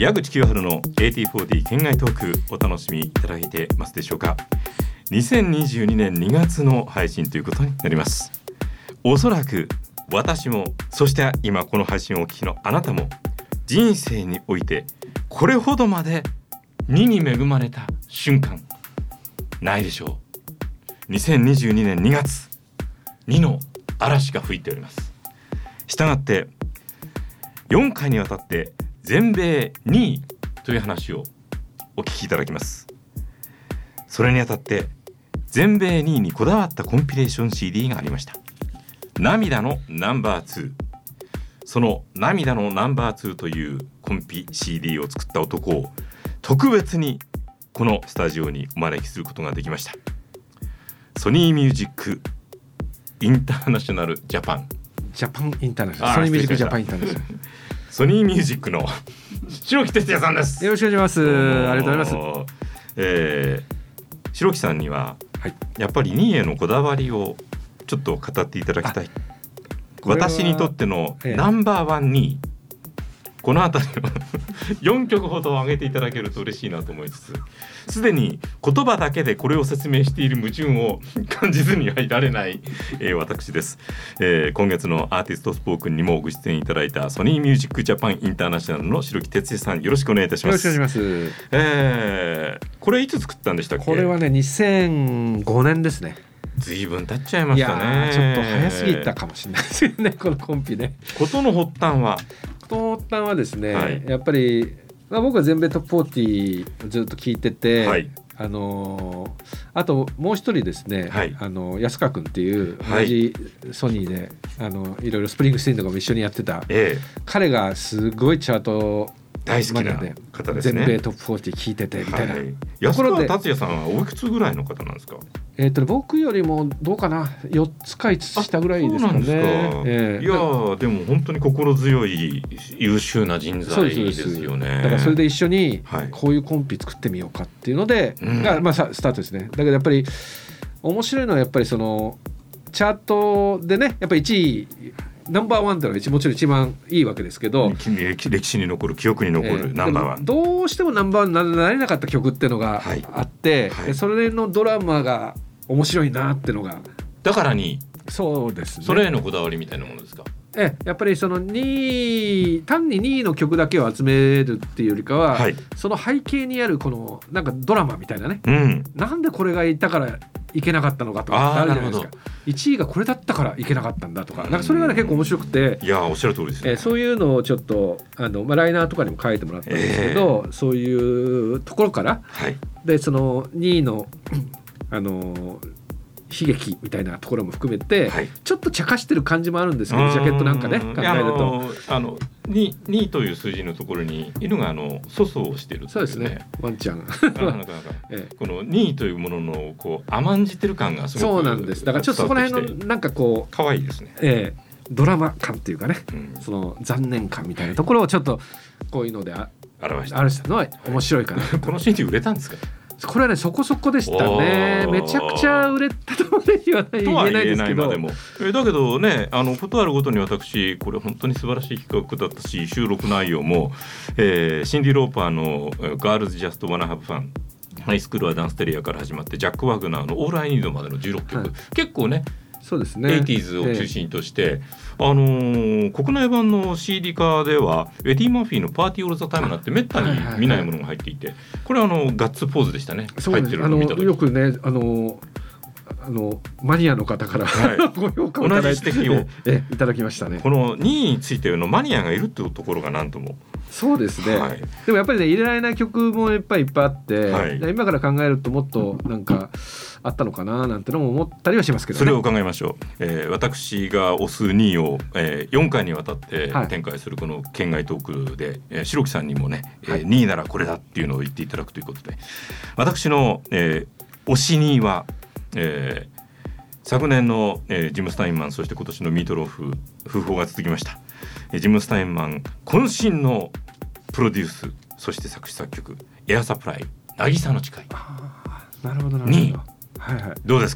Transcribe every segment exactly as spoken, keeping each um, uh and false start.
矢口清春の エーティーフォーティー 県外トークお楽しみいただいてますでしょうか。にせんにじゅうにねんにがつの配信ということになります。おそらく私も、そして今この配信をお聞きのあなたも、人生においてこれほどまでにに恵まれた瞬間ないでしょう。にせんにじゅうにねんにがつ、にの嵐が吹いております。したがってよんかいにわたって全米にいという話をお聞きいただきます。それにあたって全米にいにこだわったコンピレーション シーディー がありました。涙のナンバーツー。その涙のナンバーツーというコンピ シーディー を作った男を特別にこのスタジオにお招きすることができました。ソニーミュージックインターナショナルジャパンジャパンインターナショナルソニーミュージックジャパンインターナショナルソニーミュージックの白木哲也さんです。 よろしくお願いします。ありがとうございます。 えー、白木さんには、はい、やっぱりにいへのこだわりをちょっと語っていただきたい。私にとってのナンバーワンにい、このあたりをよんきょくほど上げていただけると嬉しいなと思いつつ、すでに言葉だけでこれを説明している矛盾を感じずにはいられない、えー、私です、えー、今月のアーティストスポークンにもご出演いただいたソニーミュージックジャパンインターナショナルの白木哲也さん、よろしくお願いいたします。 よろしくお願いします。 えー、これいつ作ったんでしたっけ。 これはねにせんごねんですね。 ずいぶん経っちゃいましたね。 いやちょっと早すぎたかもしれないですよねこのコンピね。 ことの発端はことの発端はですね、はい、やっぱり、まあ、僕は全米トップフォーティーをずっと聞いてて、はい、あのー、あともう一人ですね、はい、あの安川君っていう同じソニーで、はい、あのいろいろスプリングスティーンとかも一緒にやってた、ええ、彼がすごいチャート大好きな方ですね。 全米トップフォーティー聞いててみたいな、はい、 安川達也さんはおいくつぐらいの方なんですか。 えー、と僕よりもどうかなよっつかいつ下ぐらいですかね。 そうなんですか、えー、いやでも本当に心強い優秀な人材ですよね。 だからそれで一緒にこういうコンピ作ってみようかっていうので、はい、がまあ、スタートですね。だけどやっぱり面白いのはやっぱりそのチャートでねやっぱりいちいナンバーワンってのがもちろん一番いいわけですけど、 歴史に残る記憶に残る、えー、ナンバーワン。 どうしてもナンバーワンになれなかった曲っていうのがあって、はいはい、それのドラマが面白いなっていうのがだからにそうですね。 それへのこだわりみたいなものですか。 えやっぱりそのにい単ににいの曲だけを集めるっていうよりかは、はい、その背景にあるこのなんかドラマみたいなね、うん、なんでこれがいたからいけなかったのかとかあるじゃないですか。いちいがこれだったからいけなかったんだとか、なんかそれが、ね、結構面白くて、 いやおっしゃる通りですね、 えー、そういうのをちょっとあの、まあ、ライナーとかにも書いてもらったんですけど、えー、そういうところから、はい、でそのにいのあの悲劇みたいなところも含めて、はい、ちょっと茶化してる感じもあるんですけど、ジャケットなんかね考えるとあの に, にという数字のところに犬があの粗相をしてる、ね、 そうですねワンちゃんなかなか、 ええ、このにというもののこう甘んじてる感がすごくそうなんです。だからちょっとそこら辺のなんかこう可愛いですね、 ええ、ドラマ感っていうかね、うん、その残念感みたいなところをちょっとこういうので表した表したのは面白いかなこのシーンで売れたんですか。 これはねそこそこでしたね。めちゃくちゃ売れたとまで言わない言えないですけど、 でもえだけどね、あのことあるごとに私これ本当に素晴らしい企画だったし、収録内容も、えー、シンディ・ローパーのガールズ・ジャスト・ワナ・ハブ・ファン、ハイスクールはダンステリアから始まってジャック・ワグナーのオール・アイ・ニードまでのじゅうろっきょく、はい、結構ねそうですね、 エイティーズを中心として、えーあのー、国内版の シーディー 化ではエディ・マーフィーのパーティーオールザタイムなんてめったに見ないものが入っていて、これはあのガッツポーズでしたね。 そうです、入ってるのを見た時よくねあのあのマニアの方から、はい、ご評価をいただいて同じ指摘をえいただきましたね。 このにいについてのマニアがいるというところがなんともそうですね、はい、でもやっぱりね入れられない曲もやっぱりいっぱいあって、はい、今から考えるともっとなんかあったのかななんてのも思ったりはしますけどね。 それを伺いましょう、えー、私が推すにいを、えー、よんかいにわたって展開するこの県外トークで、はい、えー、白木さんにもね、はい、えー、にいならこれだっていうのを言っていただくということで、私の、えー、推しにいは、えー昨年の、えー、ジム・スタインマン、そして今年のミートローフ訃報が続きました、えー、ジム・スタインマン渾身のプロデュース、そして作詞作曲、エアサプライ渚の誓い。 あ、なるほどなるほど。 にい、 はいはい、 どうですか。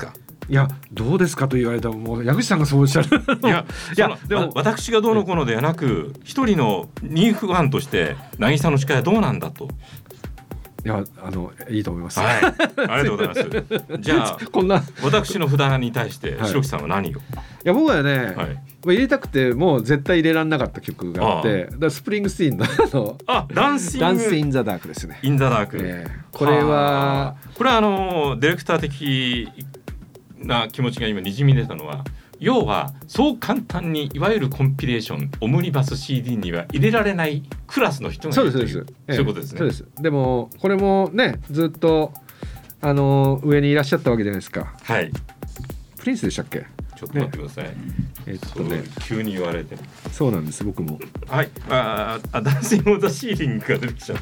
いやどうですかと言われたらもう矢口さんがそうおっしゃるいやいやでも私がどうのこうのではなく一人のニーファンとして渚の司会はどうなんだと。 いやあのいいと思います、 はい、ありがとうございますじゃあこんな私の札に対して白木さんは何を、はい、いや僕はね、はい、入れたくてもう絶対入れられなかった曲があって、だからスプリングスティーンのあダンスインザダークですね。 インザダーク、 えー、これはこれはあのディレクター的な気持ちが今にじみ出たのは、要はそう簡単にいわゆるコンピレーションオムニバス シーディー には入れられないクラスの人がいるという、そうです、そういうことですね。 そうです。でもこれもねずっとあの上にいらっしゃったわけじゃないですか。 はい。 プリンスでしたっけ？ ちょっと待ってください。ね、えー、っとね急に言われて。 そうなんです僕も。 はい。ああダンシング・オン・ザ・シーリングが出てきちゃった。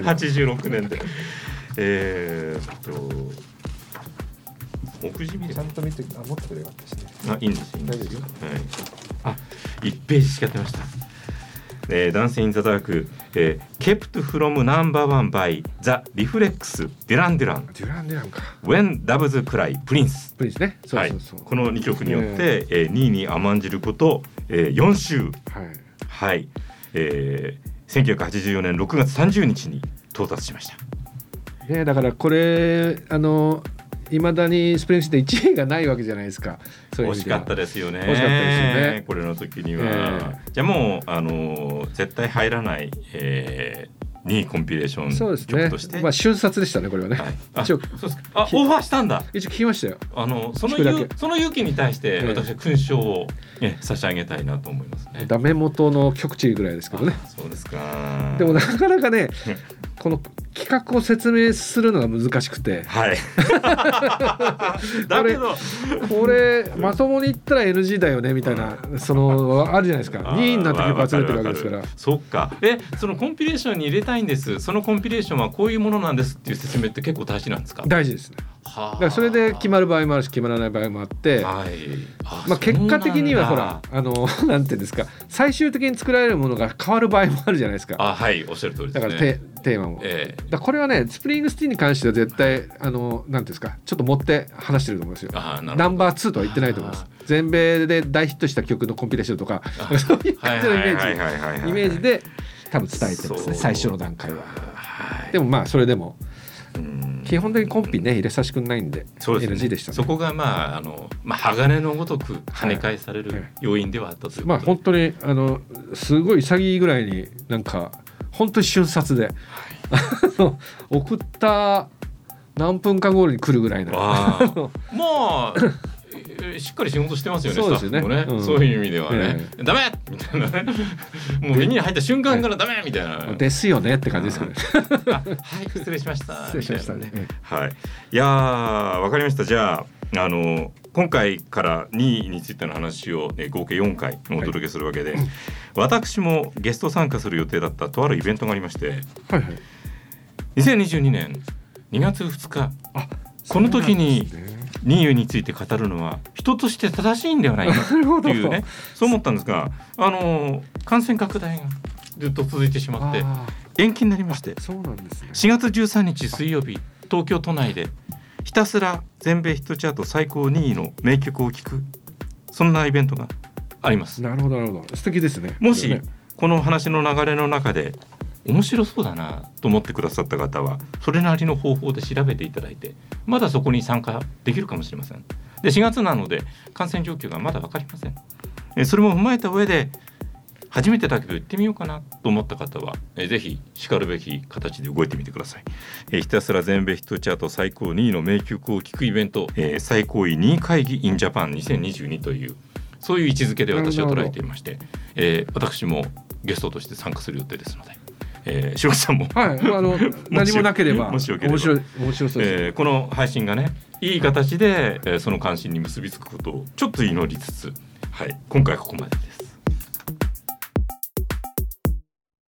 はちじゅうろくねんで。えー、っと。目次見ちゃんと見てあ持ってくればよかったですね。あいいんですいいんです。はい。あいちページしか出ました。えー、ダンスインザダーク、えー、Kept from Number One by The Reflex デュランデュラン。 デュランデュランか。 When Doves Cry プリンス。 プリンスね。そうそうそう。 はい、このにきょくによって、えー、にいに甘んじること、えー、よん週。はい。はい。えー、せんきゅうひゃくはちじゅうよねんろくがつさんじゅうにちに到達しました。 ねだからこれあの。いまだにスプリングスティーンいちいがないわけじゃないですか。 そういう惜しかったですよね。 惜しかったですよね。 これの時には、えー、じゃあもうあの絶対入らない、えー、にいコンピレーション曲として、 ね、まあ瞬殺でしたねこれはね。はい、 あそうですか。あオファーしたんだ。 一応聞きましたよ。 あのその勇その勇気に対して私は勲章を、ね、差し上げたいなと思いますね。 ダメ元の極地ぐらいですけどね。 そうですか。 でもなかなかねこの企画を説明するのが難しくて、 はい、だけどこれまともに言ったら エヌジー だよねみたいなそのあるじゃないですか。にいになって曲集めてるわけですから。 そっか。えそのコンピレーションに入れたいんです、そのコンピレーションはこういうものなんですっていう説明って結構大事なんですか？ 大事ですね。はあ、だからそれで決まる場合もあるし決まらない場合もあって、はい、あまあ、結果的にはほらあのなんていうんですか最終的に作られるものが変わる場合もあるじゃないですか。 あはいおっしゃる通りですね。 だからテテーマも、えー、だこれはねスプリングスティーンに関しては絶対あのなんていうんですかちょっと持って話してると思いますよ。ナンバーツーとは言ってないと思います。全米で大ヒットした曲のコンピレーションとかそういう感じのイメージイメージで多分伝えてますね最初の段階は。でもまあそれでも基本的にコンピね入れさせてくんないんで、そうですね、エヌジー でしたね。 そこがまああの、まあ、鋼のごとく跳ね返される要因ではあったということで、 まあ本当にあのすごい潔いぐらいになんか本当に瞬殺で、はい、送った何分か後に来るぐらいのもうしっかり仕事してますよね。 そうですよね、 スタッフもね、うん、そういう意味ではね、えー、ダメみたいなねもう耳に入った瞬間からダメみたいなですよねって感じですかね。 はい失礼しました失礼しましたね。 はい、いやーわかりました。じゃああの今回からにいについての話を、ね、合計よんかいお届けするわけで、はい、私もゲスト参加する予定だったとあるイベントがありまして、はいはい、にせんにじゅうにねんにがつふつか、あこの時ににいについて語るのは人として正しいんではないかというねそう思ったんですが、あの感染拡大がずっと続いてしまって延期になりまして、 そうなんですね、 しがつじゅうさんにち水曜日東京都内でひたすら全米ヒットチャート最高にいの名曲を聴くそんなイベントがあります。 なるほどなるほど素敵ですね。 もしこ, ねこの話の流れの中で面白そうだなと思ってくださった方はそれなりの方法で調べていただいてまだそこに参加できるかもしれません。でしがつなので感染状況がまだ分かりません。えそれも踏まえた上で初めてだけど行ってみようかなと思った方はえぜひしかるべき形で動いてみてください。えひたすら全米ヒットチャート最高にいの名曲を聴くイベント、えー、最高位にい会議 in Japan にせんにじゅうにというそういう位置づけで私は捉えていまして、えー、私もゲストとして参加する予定ですので、えー、白木さんも、 はい、あの何もなければもしよければ面白い面白そうです、 えー、この配信がねいい形で、えー、その関心に結びつくことをちょっと祈りつつ、はい、今回はここまでです。